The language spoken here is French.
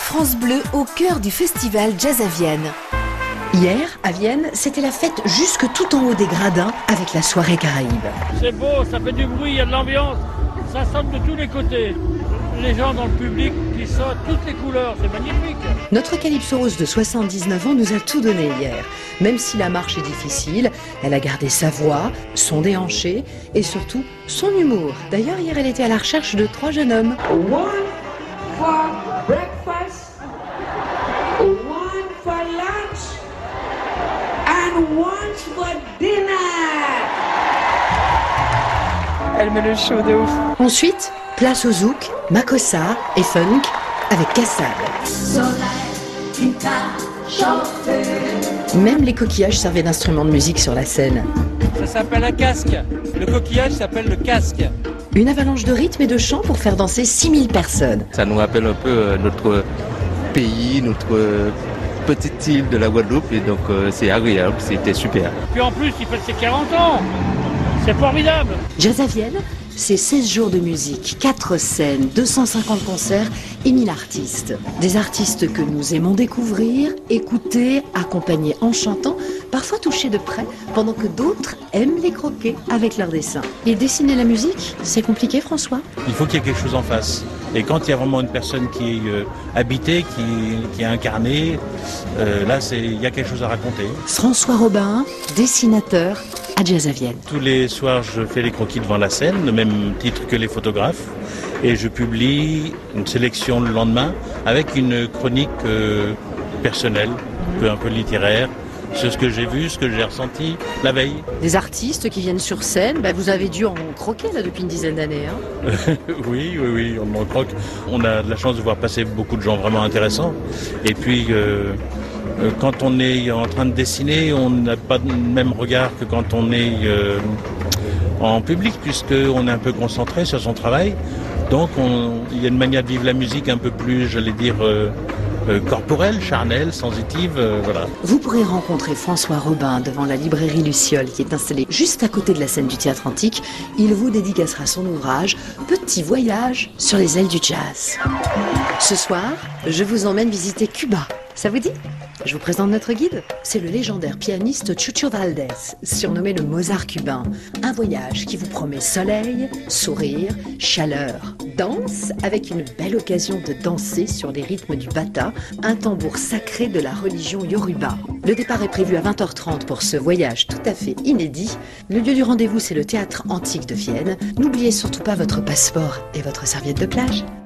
France Bleu au cœur du festival Jazz à Vienne. Hier, à Vienne, c'était la fête jusque tout en haut des gradins avec la soirée Caraïbe. C'est beau, ça fait du bruit, il y a de l'ambiance, ça sonne de tous les côtés. Les gens dans le public qui sautent, toutes les couleurs, c'est magnifique. Notre Calypso Rose de 79 ans nous a tout donné hier. Même si la marche est difficile, elle a gardé sa voix, son déhanché et surtout son humour. D'ailleurs, hier, elle était à la recherche de 3 jeunes hommes. One for breakfast, one for lunch, and one for dinner. Elle met le show de ouf. Ensuite, place au zouk, makossa et funk avec Kassab. Même les coquillages servaient d'instruments de musique sur la scène. Ça s'appelle un casque. Le coquillage s'appelle le casque. Une avalanche de rythme et de chant pour faire danser 6000 personnes. Ça nous rappelle un peu notre pays, notre petite île de la Guadeloupe, et donc c'est agréable, c'était super. Puis en plus, il fait ses 40 ans. C'est formidable. Jazz à Vienne, c'est 16 jours de musique, 4 scènes, 250 concerts et 1000 artistes. Des artistes que nous aimons découvrir, écouter, accompagner en chantant, parfois toucher de près, pendant que d'autres aiment les croquer avec leurs dessins. Et dessiner la musique, c'est compliqué, François? Il faut qu'il y ait quelque chose en face. Et quand il y a vraiment une personne qui est habitée, qui est incarnée, là, il y a quelque chose à raconter. François Robin, dessinateur à Jazz à Vienne. Tous les soirs, je fais les croquis devant la scène, le même titre que les photographes, et je publie une sélection le lendemain avec une chronique personnelle, un peu littéraire, sur ce que j'ai vu, ce que j'ai ressenti la veille. Des artistes qui viennent sur scène, vous avez dû en croquer là depuis une dizaine d'années. Hein. Oui, on en croque. On a de la chance de voir passer beaucoup de gens vraiment intéressants. Et puis, quand on est en train de dessiner, on n'a pas le même regard que quand on est en public, puisqu'on est un peu concentré sur son travail. Donc, il y a une manière de vivre la musique un peu plus, j'allais dire, corporelle, charnelle, sensitive, voilà. Vous pourrez rencontrer François Robin devant la librairie Luciole qui est installée juste à côté de la scène du Théâtre Antique. Il vous dédicacera son ouvrage « Petit voyage sur les ailes du jazz ». Ce soir, je vous emmène visiter Cuba. Ça vous dit ? Je vous présente notre guide. C'est le légendaire pianiste Chucho Valdés, surnommé le Mozart cubain. Un voyage qui vous promet soleil, sourire, chaleur, danse, avec une belle occasion de danser sur les rythmes du bata, un tambour sacré de la religion Yoruba. Le départ est prévu à 20h30 pour ce voyage tout à fait inédit. Le lieu du rendez-vous, c'est le Théâtre Antique de Vienne. N'oubliez surtout pas votre passeport et votre serviette de plage.